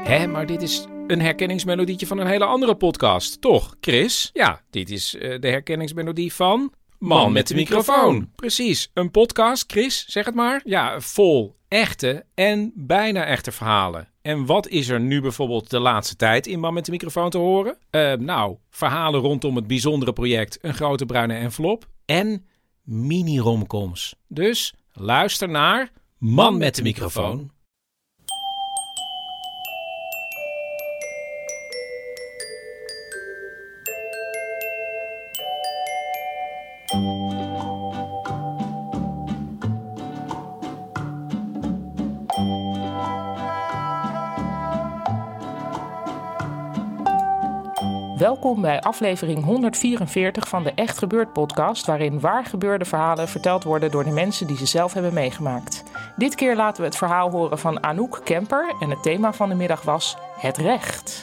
Hé, maar dit is een herkenningsmelodietje van een hele andere podcast, toch, Chris? Ja, dit is de herkenningsmelodie van Man met de microfoon. Precies, een podcast, Chris, zeg het maar. Ja, vol echte en bijna echte verhalen. En wat is er nu bijvoorbeeld de laatste tijd in Man met de microfoon te horen? Verhalen rondom het bijzondere project Een Grote Bruine Envelop en mini-romcoms. Dus luister naar Man met de microfoon. Welkom bij aflevering 144 van de Echt Gebeurd podcast, waarin waar gebeurde verhalen verteld worden door de mensen die ze zelf hebben meegemaakt. Dit keer laten we het verhaal horen van Anouk Kemper en het thema van de middag was het recht.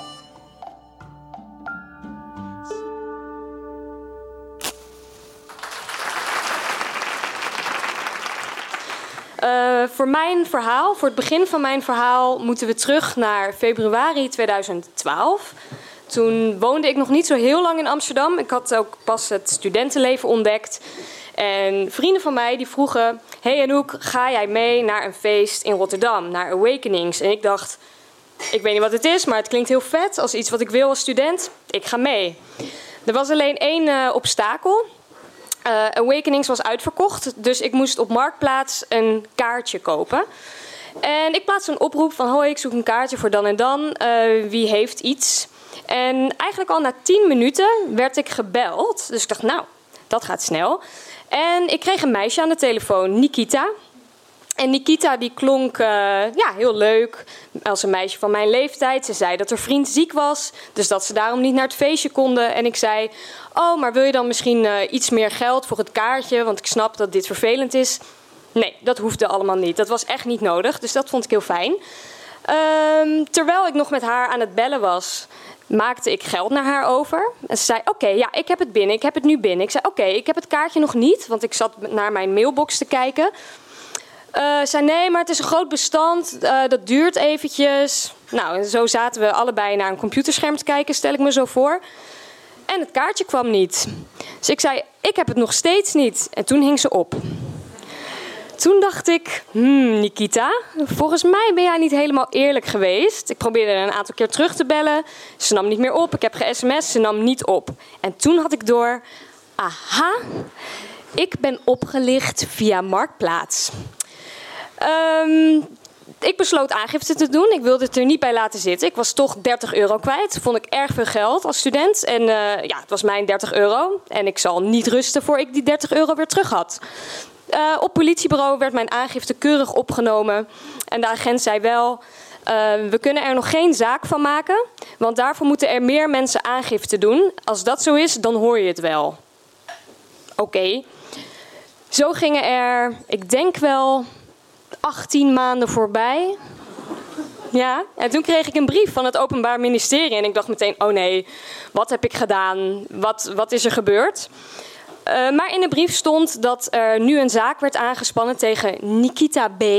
Voor het begin van mijn verhaal moeten we terug naar februari 2012. Toen woonde ik nog niet zo heel lang in Amsterdam. Ik had ook pas het studentenleven ontdekt. En vrienden van mij die vroegen: hey Anouk, ga jij mee naar een feest in Rotterdam, naar Awakenings? En ik dacht, ik weet niet wat het is, maar het klinkt heel vet als iets wat ik wil als student. Ik ga mee. Er was alleen één obstakel. Awakenings was uitverkocht, dus ik moest op Marktplaats een kaartje kopen. En ik plaatste een oproep van: hoi, ik zoek een kaartje voor dan en dan. Wie heeft iets? En eigenlijk al na 10 minuten werd ik gebeld. Dus ik dacht, nou, dat gaat snel. En ik kreeg een meisje aan de telefoon, Nikita. En Nikita die klonk heel leuk, als een meisje van mijn leeftijd. Ze zei dat haar vriend ziek was, dus dat ze daarom niet naar het feestje konden. En ik zei, oh, maar wil je dan misschien iets meer geld voor het kaartje? Want ik snap dat dit vervelend is. Nee, dat hoefde allemaal niet. Dat was echt niet nodig, dus dat vond ik heel fijn. Terwijl ik nog met haar aan het bellen was, maakte ik geld naar haar over. En ze zei, oké, ja, ik heb het binnen, ik heb het nu binnen. Ik zei, oké, ik heb het kaartje nog niet, want ik zat naar mijn mailbox te kijken. Zei, nee, maar het is een groot bestand, dat duurt eventjes. Nou, en zo zaten we allebei naar een computerscherm te kijken, stel ik me zo voor. En het kaartje kwam niet. Dus ik zei, ik heb het nog steeds niet. En toen hing ze op. Toen dacht ik, Nikita, volgens mij ben jij niet helemaal eerlijk geweest. Ik probeerde een aantal keer terug te bellen. Ze nam niet meer op. Ik heb ge-sms, ze nam niet op. En toen had ik door, aha, ik ben opgelicht via Marktplaats. Ik besloot aangifte te doen. Ik wilde het er niet bij laten zitten. Ik was toch €30 kwijt. Dat vond ik erg veel geld als student. En het was mijn €30. En ik zal niet rusten voor ik die €30 weer terug had. Op politiebureau werd mijn aangifte keurig opgenomen. En de agent zei wel, we kunnen er nog geen zaak van maken, want daarvoor moeten er meer mensen aangifte doen. Als dat zo is, dan hoor je het wel. Oké. Zo gingen er, ik denk wel, 18 maanden voorbij. Ja, en toen kreeg ik een brief van het Openbaar Ministerie. En ik dacht meteen, oh nee, wat heb ik gedaan? Wat is er gebeurd? Maar in de brief stond dat er nu een zaak werd aangespannen tegen Nikita B.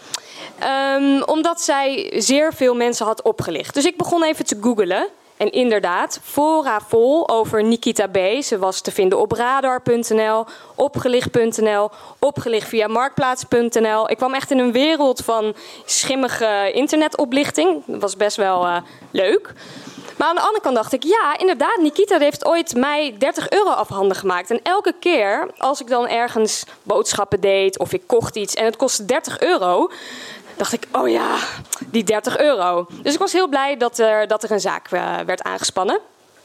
Omdat zij zeer veel mensen had opgelicht. Dus ik begon even te googlen. En inderdaad, fora vol over Nikita B. Ze was te vinden op radar.nl, opgelicht.nl, opgelicht via marktplaats.nl. Ik kwam echt in een wereld van schimmige internetoplichting. Dat was best wel leuk. Maar aan de andere kant dacht ik, ja, inderdaad, Nikita heeft ooit mij €30 afhandig gemaakt. En elke keer, als ik dan ergens boodschappen deed of ik kocht iets en het kostte €30, dacht ik, oh ja, die €30. Dus ik was heel blij dat er een zaak werd aangespannen.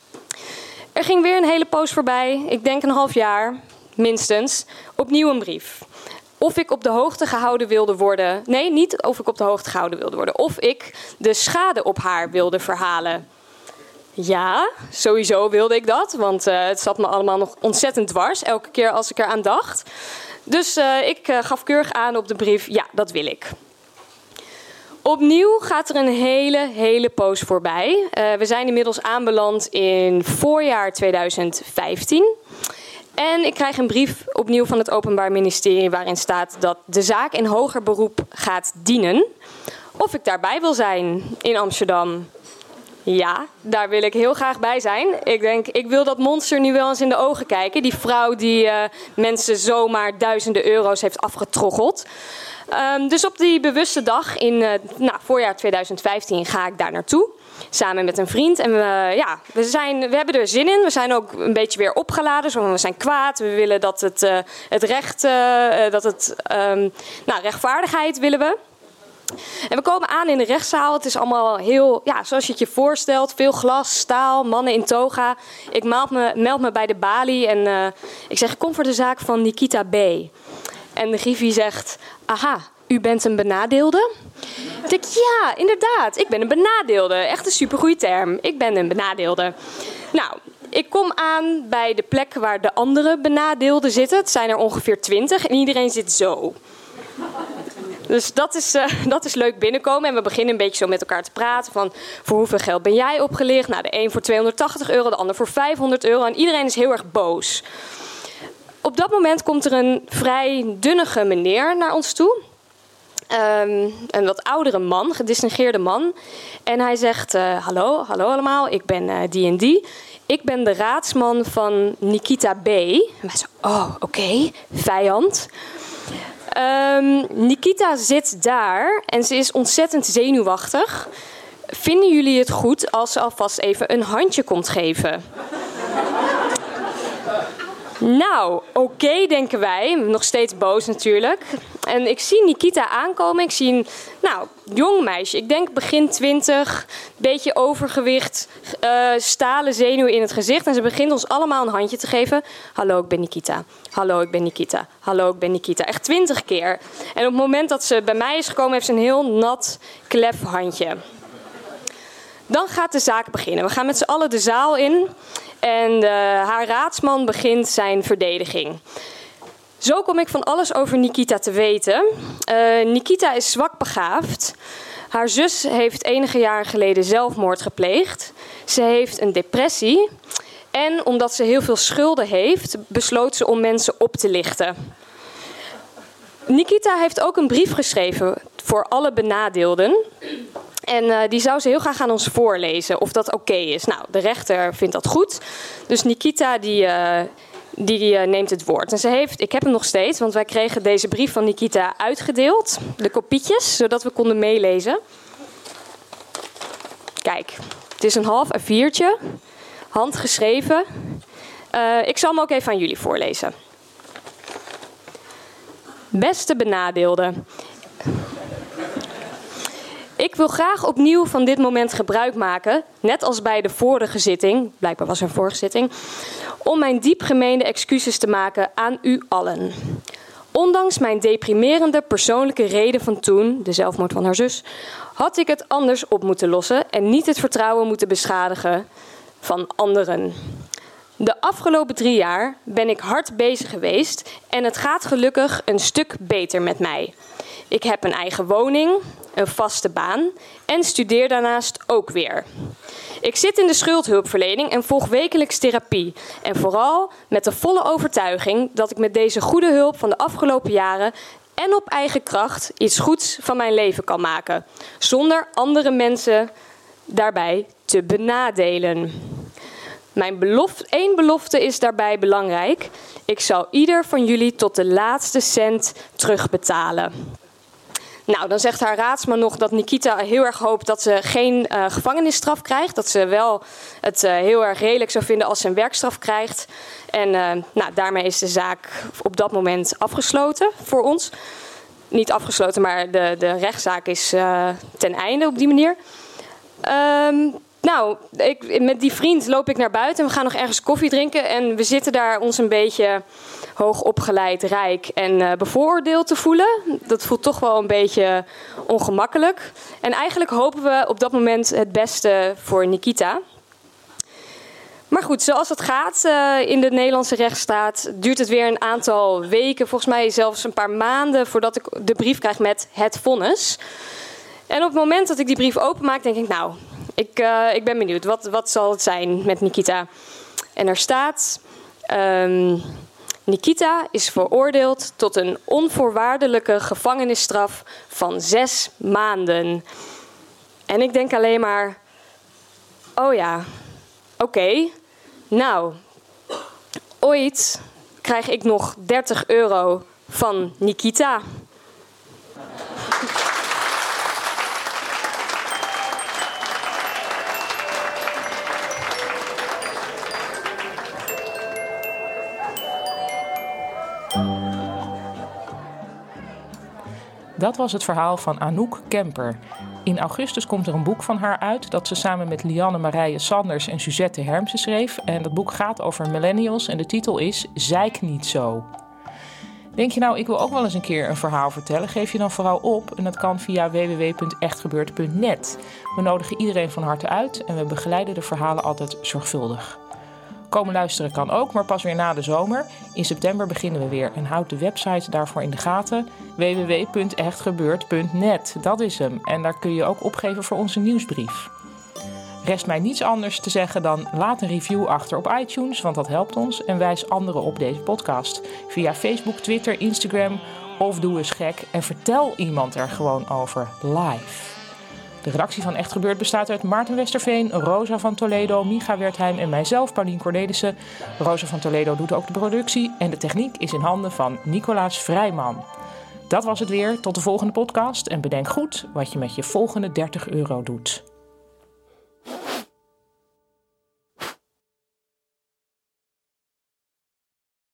Er ging weer een hele poos voorbij, ik denk een half jaar, minstens, opnieuw een brief. Of ik op de hoogte gehouden wilde worden. Nee, niet of ik op de hoogte gehouden wilde worden. Of ik de schade op haar wilde verhalen. Ja, sowieso wilde ik dat, want het zat me allemaal nog ontzettend dwars, elke keer als ik eraan dacht. Dus ik gaf keurig aan op de brief, ja, dat wil ik. Opnieuw gaat er een hele poos voorbij. We zijn inmiddels aanbeland in voorjaar 2015. En ik krijg een brief opnieuw van het Openbaar Ministerie waarin staat dat de zaak in hoger beroep gaat dienen. of ik daarbij wil zijn in Amsterdam. Ja, daar wil ik heel graag bij zijn. Ik denk, ik wil dat monster nu wel eens in de ogen kijken. Die vrouw die mensen zomaar duizenden euro's heeft afgetroggeld. Dus op die bewuste dag in voorjaar 2015 ga ik daar naartoe. Samen met een vriend. En we hebben er zin in. We zijn ook een beetje weer opgeladen. We zijn kwaad. We willen dat het recht... rechtvaardigheid willen we. En we komen aan in de rechtszaal. Het is allemaal heel, zoals je het je voorstelt. Veel glas, staal, mannen in toga. Ik meld me bij de balie en ik zeg, kom voor de zaak van Nikita B. En de griffie zegt, aha, u bent een benadeelde? Ik denk, ja, inderdaad, ik ben een benadeelde. Echt een supergoeie term. Ik ben een benadeelde. Nou, ik kom aan bij de plek waar de andere benadeelden zitten. Het zijn er ongeveer 20 en iedereen zit zo. Dus dat is leuk binnenkomen. En we beginnen een beetje zo met elkaar te praten. Van, voor hoeveel geld ben jij opgelicht? Nou, de een voor €280, de ander voor €500. En iedereen is heel erg boos. Op dat moment komt er een vrij dunnige meneer naar ons toe. Een wat oudere man, gedistingeerde man. En hij zegt, hallo allemaal, ik ben die en die. Ik ben de raadsman van Nikita B. En wij zo, oké, vijand. Nikita zit daar en ze is ontzettend zenuwachtig. Vinden jullie het goed als ze alvast even een handje komt geven? Nou, oké, denken wij. Nog steeds boos natuurlijk. En ik zie Nikita aankomen. Ik zie een jong meisje. Ik denk begin 20. Beetje overgewicht. Stalen zenuwen in het gezicht. En ze begint ons allemaal een handje te geven. Hallo, ik ben Nikita. Hallo, ik ben Nikita. Hallo, ik ben Nikita. Echt 20 keer. En op het moment dat ze bij mij is gekomen, heeft ze een heel nat, klef handje. Dan gaat de zaak beginnen. We gaan met z'n allen de zaal in. En haar raadsman begint zijn verdediging. Zo kom ik van alles over Nikita te weten. Nikita is zwak begaafd. Haar zus heeft enige jaren geleden zelfmoord gepleegd. Ze heeft een depressie. En omdat ze heel veel schulden heeft, besloot ze om mensen op te lichten. Nikita heeft ook een brief geschreven voor alle benadeelden. En die zou ze heel graag aan ons voorlezen, of dat oké is. Nou, de rechter vindt dat goed. Dus Nikita die neemt het woord. En ik heb hem nog steeds, want wij kregen deze brief van Nikita uitgedeeld. De kopietjes, zodat we konden meelezen. Kijk, het is een half A4'tje, handgeschreven. Ik zal hem ook even aan jullie voorlezen. Beste benadeelden. Ik wil graag opnieuw van dit moment gebruik maken, net als bij de vorige zitting, blijkbaar was er een vorige zitting, om mijn diep gemeende excuses te maken aan u allen. Ondanks mijn deprimerende persoonlijke reden van toen, de zelfmoord van haar zus, had ik het anders op moeten lossen en niet het vertrouwen moeten beschadigen van anderen. De afgelopen 3 jaar ben ik hard bezig geweest en het gaat gelukkig een stuk beter met mij. Ik heb een eigen woning, een vaste baan en studeer daarnaast ook weer. Ik zit in de schuldhulpverlening en volg wekelijks therapie. En vooral met de volle overtuiging dat ik met deze goede hulp van de afgelopen jaren en op eigen kracht iets goeds van mijn leven kan maken. Zonder andere mensen daarbij te benadelen. Eén belofte is daarbij belangrijk. Ik zal ieder van jullie tot de laatste cent terugbetalen. Nou, dan zegt haar raadsman nog dat Nikita heel erg hoopt dat ze geen gevangenisstraf krijgt. Dat ze wel het heel erg redelijk zou vinden als ze een werkstraf krijgt. En daarmee is de zaak op dat moment afgesloten voor ons. Niet afgesloten, maar de rechtszaak is ten einde op die manier. Met die vriend loop ik naar buiten en we gaan nog ergens koffie drinken. En we zitten daar ons een beetje hoogopgeleid, rijk en bevooroordeeld te voelen. Dat voelt toch wel een beetje ongemakkelijk. En eigenlijk hopen we op dat moment het beste voor Nikita. Maar goed, zoals het gaat in de Nederlandse rechtsstaat duurt het weer een aantal weken, volgens mij zelfs een paar maanden, voordat ik de brief krijg met het vonnis. En op het moment dat ik die brief openmaak, denk ik, ik ben benieuwd. Wat zal het zijn met Nikita? En er staat, Nikita is veroordeeld tot een onvoorwaardelijke gevangenisstraf van 6 maanden. En ik denk alleen maar, oh ja, oké. Nou, ooit krijg ik nog 30 euro van Nikita. Dat was het verhaal van Anouk Kemper. In augustus komt er een boek van haar uit dat ze samen met Lianne Marije Sanders en Suzette Hermsen schreef. En dat boek gaat over millennials en de titel is Zeik niet zo. Denk je nou, ik wil ook wel eens een keer een verhaal vertellen? Geef je dan vooral op en dat kan via www.echtgebeurd.net. We nodigen iedereen van harte uit en we begeleiden de verhalen altijd zorgvuldig. Komen luisteren kan ook, maar pas weer na de zomer. In september beginnen we weer en houd de website daarvoor in de gaten. www.echtgebeurd.net, dat is hem. En daar kun je ook opgeven voor onze nieuwsbrief. Rest mij niets anders te zeggen dan laat een review achter op iTunes, want dat helpt ons. En wijs anderen op deze podcast via Facebook, Twitter, Instagram of doe eens gek. En vertel iemand er gewoon over live. De redactie van Echt Gebeurd bestaat uit Maarten Westerveen, Rosa van Toledo, Micha Wertheim en mijzelf, Paulien Cornelissen. Rosa van Toledo doet ook de productie en de techniek is in handen van Nicolaas Vrijman. Dat was het weer. Tot de volgende podcast en bedenk goed wat je met je volgende 30 euro doet.